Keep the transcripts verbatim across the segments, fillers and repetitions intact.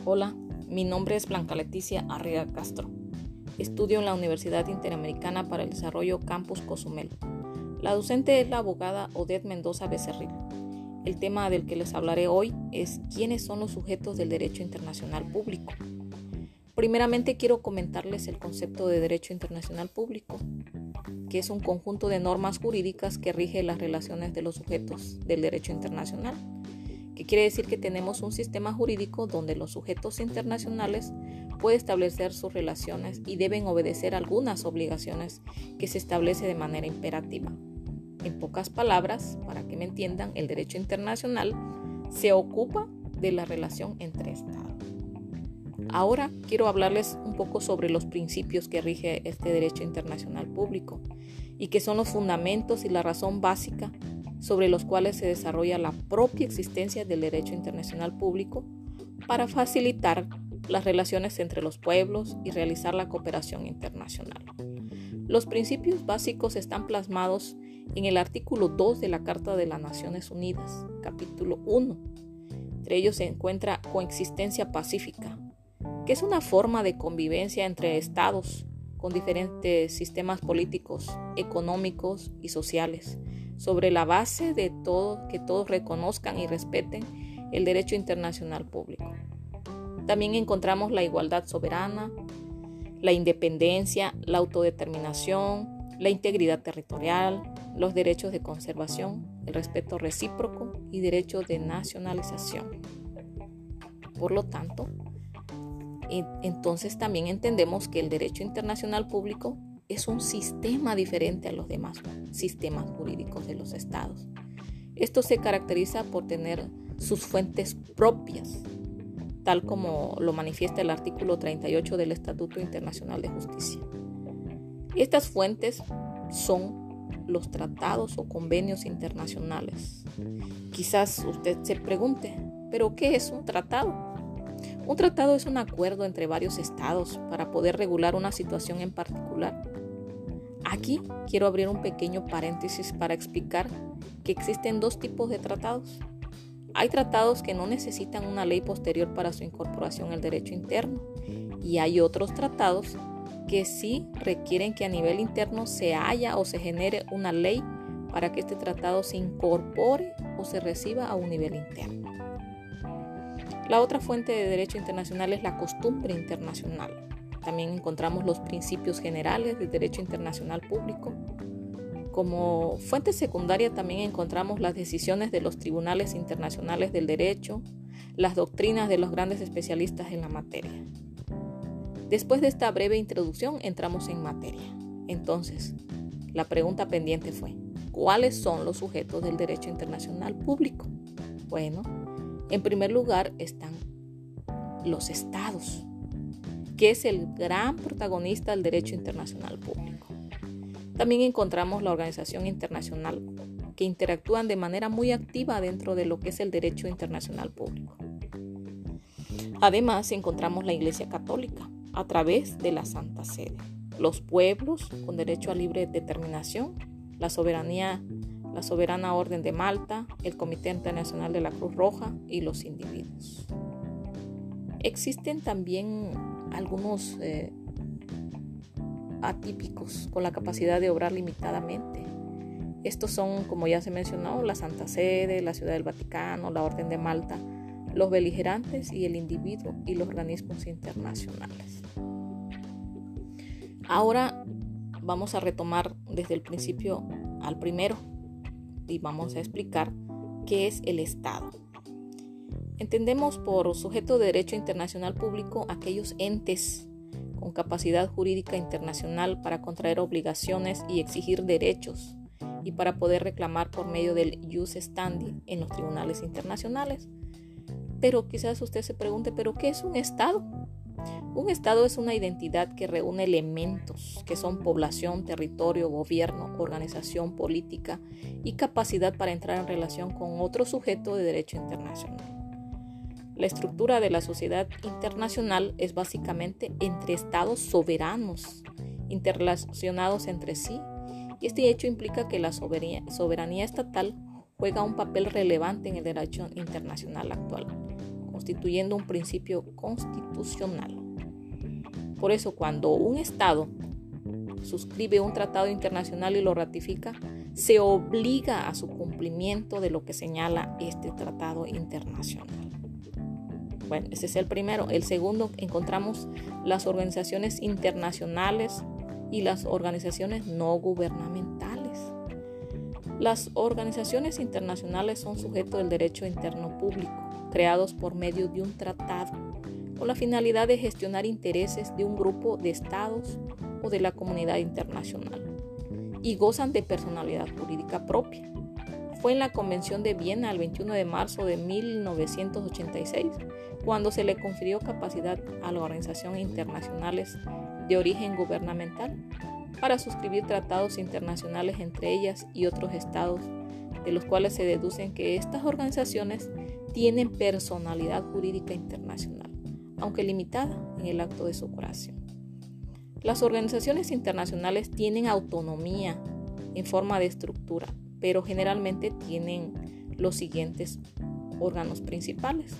Hola, mi nombre es Blanca Leticia Arriaga Castro. Estudio en la Universidad Interamericana para el Desarrollo Campus Cozumel. La docente es la abogada Odette Mendoza Becerril. El tema del que les hablaré hoy es ¿quiénes son los sujetos del derecho internacional público? Primeramente quiero comentarles el concepto de derecho internacional público, que es un conjunto de normas jurídicas que rige las relaciones de los sujetos del derecho internacional, que quiere decir que tenemos un sistema jurídico donde los sujetos internacionales pueden establecer sus relaciones y deben obedecer algunas obligaciones que se establece de manera imperativa. En pocas palabras, para que me entiendan, el derecho internacional se ocupa de la relación entre Estados. Ahora quiero hablarles un poco sobre los principios que rige este derecho internacional público y que son los fundamentos y la razón básica sobre los cuales se desarrolla la propia existencia del derecho internacional público para facilitar las relaciones entre los pueblos y realizar la cooperación internacional. Los principios básicos están plasmados en el artículo dos de la Carta de las Naciones Unidas, capítulo uno. Entre ellos se encuentra coexistencia pacífica, que es una forma de convivencia entre estados con diferentes sistemas políticos, económicos y sociales, sobre la base de todo, que todos reconozcan y respeten el derecho internacional público. También encontramos la igualdad soberana, la independencia, la autodeterminación, la integridad territorial, los derechos de conservación, el respeto recíproco y derecho de nacionalización. Por lo tanto, entonces también entendemos que el derecho internacional público es un sistema diferente a los demás sistemas jurídicos de los estados. Esto se caracteriza por tener sus fuentes propias, tal como lo manifiesta el artículo treinta y ocho del Estatuto Internacional de Justicia. Estas fuentes son los tratados o convenios internacionales. Quizás usted se pregunte, ¿pero qué es un tratado? Un tratado es un acuerdo entre varios estados para poder regular una situación en particular. Aquí quiero abrir un pequeño paréntesis para explicar que existen dos tipos de tratados. Hay tratados que no necesitan una ley posterior para su incorporación al derecho interno y hay otros tratados que sí requieren que a nivel interno se haya o se genere una ley para que este tratado se incorpore o se reciba a un nivel interno. La otra fuente de derecho internacional es la costumbre internacional. También encontramos los principios generales del derecho internacional público. Como fuente secundaria también encontramos las decisiones de los tribunales internacionales del derecho, las doctrinas de los grandes especialistas en la materia. Después de esta breve introducción entramos en materia. Entonces, la pregunta pendiente fue, ¿cuáles son los sujetos del derecho internacional público? Bueno, en primer lugar están los estados, que es el gran protagonista del derecho internacional público. También encontramos la organización internacional, que interactúan de manera muy activa dentro de lo que es el derecho internacional público. Además, encontramos la Iglesia Católica, a través de la Santa Sede, los pueblos con derecho a libre determinación, la soberanía la Soberana Orden de Malta, el Comité Internacional de la Cruz Roja y los individuos. Existen también algunos eh, atípicos con la capacidad de obrar limitadamente. Estos son, como ya se mencionó, la Santa Sede, la Ciudad del Vaticano, la Orden de Malta, los beligerantes y el individuo y los organismos internacionales. Ahora vamos a retomar desde el principio al primero. Y vamos a explicar qué es el Estado. Entendemos por sujeto de derecho internacional público aquellos entes con capacidad jurídica internacional para contraer obligaciones y exigir derechos y para poder reclamar por medio del jus standi en los tribunales internacionales. Pero quizás usted se pregunte, ¿pero qué es un Estado? Un Estado es una identidad que reúne elementos que son población, territorio, gobierno, organización política y capacidad para entrar en relación con otro sujeto de derecho internacional. La estructura de la sociedad internacional es básicamente entre estados soberanos, interrelacionados entre sí, y este hecho implica que la soberanía, soberanía estatal juega un papel relevante en el derecho internacional actual. constituyendo un principio constitucional. Por eso, cuando un Estado suscribe un tratado internacional y lo ratifica, se obliga a su cumplimiento de lo que señala este tratado internacional. Bueno, ese es el primero. El segundo, encontramos las organizaciones internacionales y las organizaciones no gubernamentales. Las organizaciones internacionales son sujetos del derecho interno público, creados por medio de un tratado, con la finalidad de gestionar intereses de un grupo de estados o de la comunidad internacional, y gozan de personalidad jurídica propia. Fue en la Convención de Viena el veintiuno de marzo de mil novecientos ochenta y seis cuando se le confirió capacidad a las organizaciones internacionales de origen gubernamental para suscribir tratados internacionales entre ellas y otros estados, de los cuales se deducen que estas organizaciones tienen personalidad jurídica internacional, aunque limitada en el acto de su creación. Las organizaciones internacionales tienen autonomía en forma de estructura, pero generalmente tienen los siguientes órganos principales.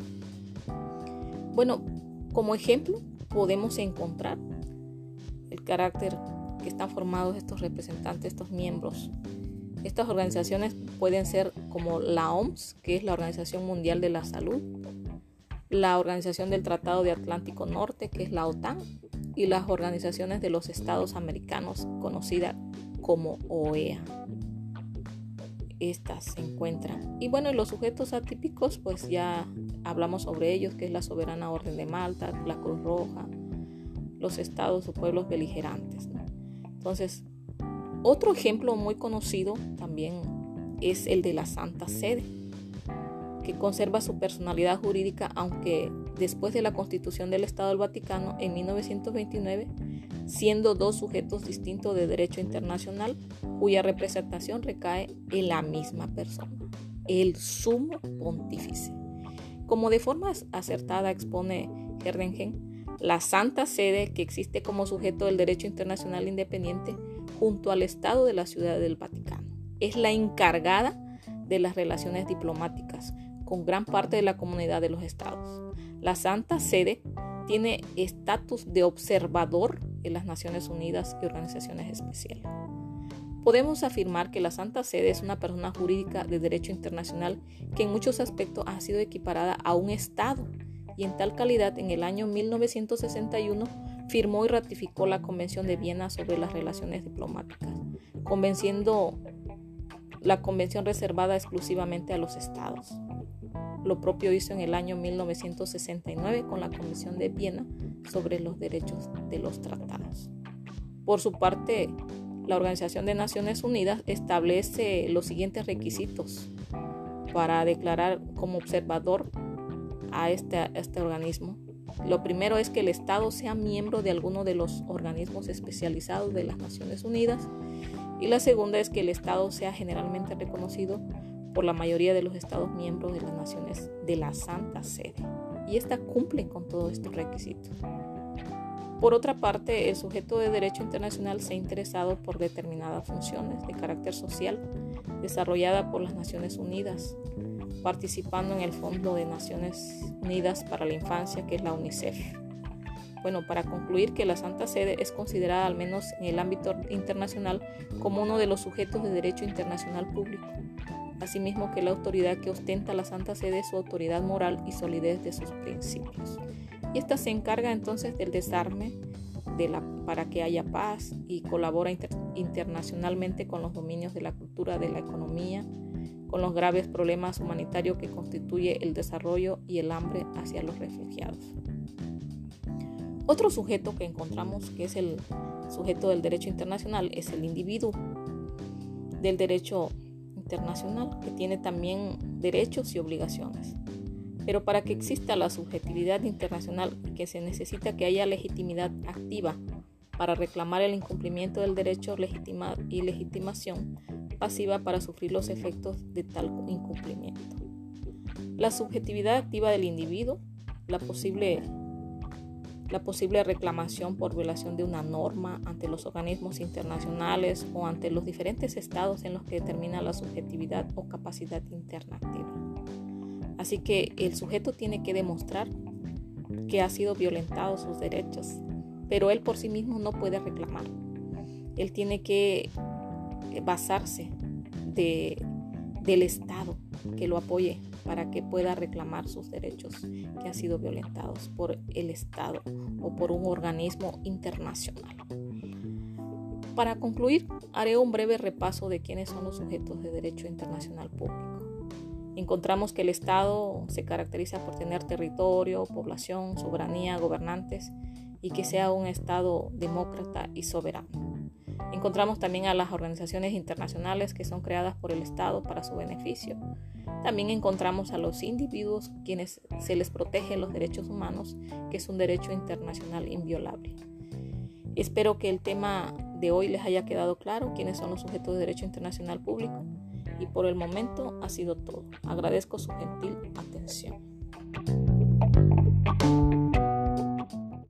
Bueno, como ejemplo podemos encontrar el carácter que están formados estos representantes, estos miembros. Estas organizaciones pueden ser como la O M S, que es la Organización Mundial de la Salud, la Organización del Tratado de Atlántico Norte, que es la OTAN, y las organizaciones de los Estados Americanos, conocida como O E A. Estas se encuentran. Y bueno, los sujetos atípicos, pues ya hablamos sobre ellos, que es la Soberana Orden de Malta, la Cruz Roja, los estados o pueblos beligerantes, ¿no? Entonces, otro ejemplo muy conocido también es el de la Santa Sede, que conserva su personalidad jurídica, aunque después de la Constitución del Estado del Vaticano en mil novecientos veintinueve, siendo dos sujetos distintos de derecho internacional, cuya representación recae en la misma persona, el Sumo Pontífice. Como de forma acertada expone Herrengen, la Santa Sede, que existe como sujeto del derecho internacional independiente junto al Estado de la Ciudad del Vaticano, es la encargada de las relaciones diplomáticas con gran parte de la comunidad de los estados. La Santa Sede tiene estatus de observador en las Naciones Unidas y organizaciones especiales. Podemos afirmar que la Santa Sede es una persona jurídica de derecho internacional que en muchos aspectos ha sido equiparada a un Estado, y en tal calidad en el año mil novecientos sesenta y uno firmó y ratificó la Convención de Viena sobre las relaciones diplomáticas, convenciendo la convención reservada exclusivamente a los estados. Lo propio hizo en el año mil novecientos sesenta y nueve con la Convención de Viena sobre los derechos de los tratados. Por su parte, la Organización de Naciones Unidas establece los siguientes requisitos para declarar como observador a este, a este organismo. Lo primero es que el Estado sea miembro de alguno de los organismos especializados de las Naciones Unidas, y la segunda es que el Estado sea generalmente reconocido por la mayoría de los Estados miembros de las Naciones de la Santa Sede, y esta cumple con todos estos requisitos. Por otra parte, el sujeto de derecho internacional se ha interesado por determinadas funciones de carácter social desarrolladas por las Naciones Unidas, participando en el Fondo de Naciones Unidas para la Infancia, que es la UNICEF. Bueno, para concluir que la Santa Sede es considerada, al menos en el ámbito internacional, como uno de los sujetos de derecho internacional público. Asimismo que la autoridad que ostenta la Santa Sede es su autoridad moral y solidez de sus principios. Y esta se encarga entonces del desarme de la, para que haya paz, y colabora inter, internacionalmente con los dominios de la cultura, de la economía, con los graves problemas humanitarios que constituye el desarrollo y el hambre hacia los refugiados. Otro sujeto que encontramos, que es el sujeto del derecho internacional, es el individuo del derecho internacional, que tiene también derechos y obligaciones. Pero para que exista la subjetividad internacional y que se necesita que haya legitimidad activa para reclamar el incumplimiento del derecho legitima y legitimación pasiva para sufrir los efectos de tal incumplimiento. La subjetividad activa del individuo, la posible, la posible reclamación por violación de una norma ante los organismos internacionales o ante los diferentes estados en los que determina la subjetividad o capacidad interna activa. Así que el sujeto tiene que demostrar que ha sido violentado sus derechos, pero él por sí mismo no puede reclamar. Él tiene que basarse de, del Estado que lo apoye para que pueda reclamar sus derechos que han sido violentados por el Estado o por un organismo internacional. Para concluir, haré un breve repaso de quiénes son los sujetos de derecho internacional público. Encontramos que el Estado se caracteriza por tener territorio, población, soberanía, gobernantes y que sea un Estado demócrata y soberano. Encontramos también a las organizaciones internacionales que son creadas por el Estado para su beneficio. También encontramos a los individuos quienes se les protege los derechos humanos, que es un derecho internacional inviolable. Espero que el tema de hoy les haya quedado claro quiénes son los sujetos de derecho internacional público y por el momento ha sido todo. Agradezco su gentil atención.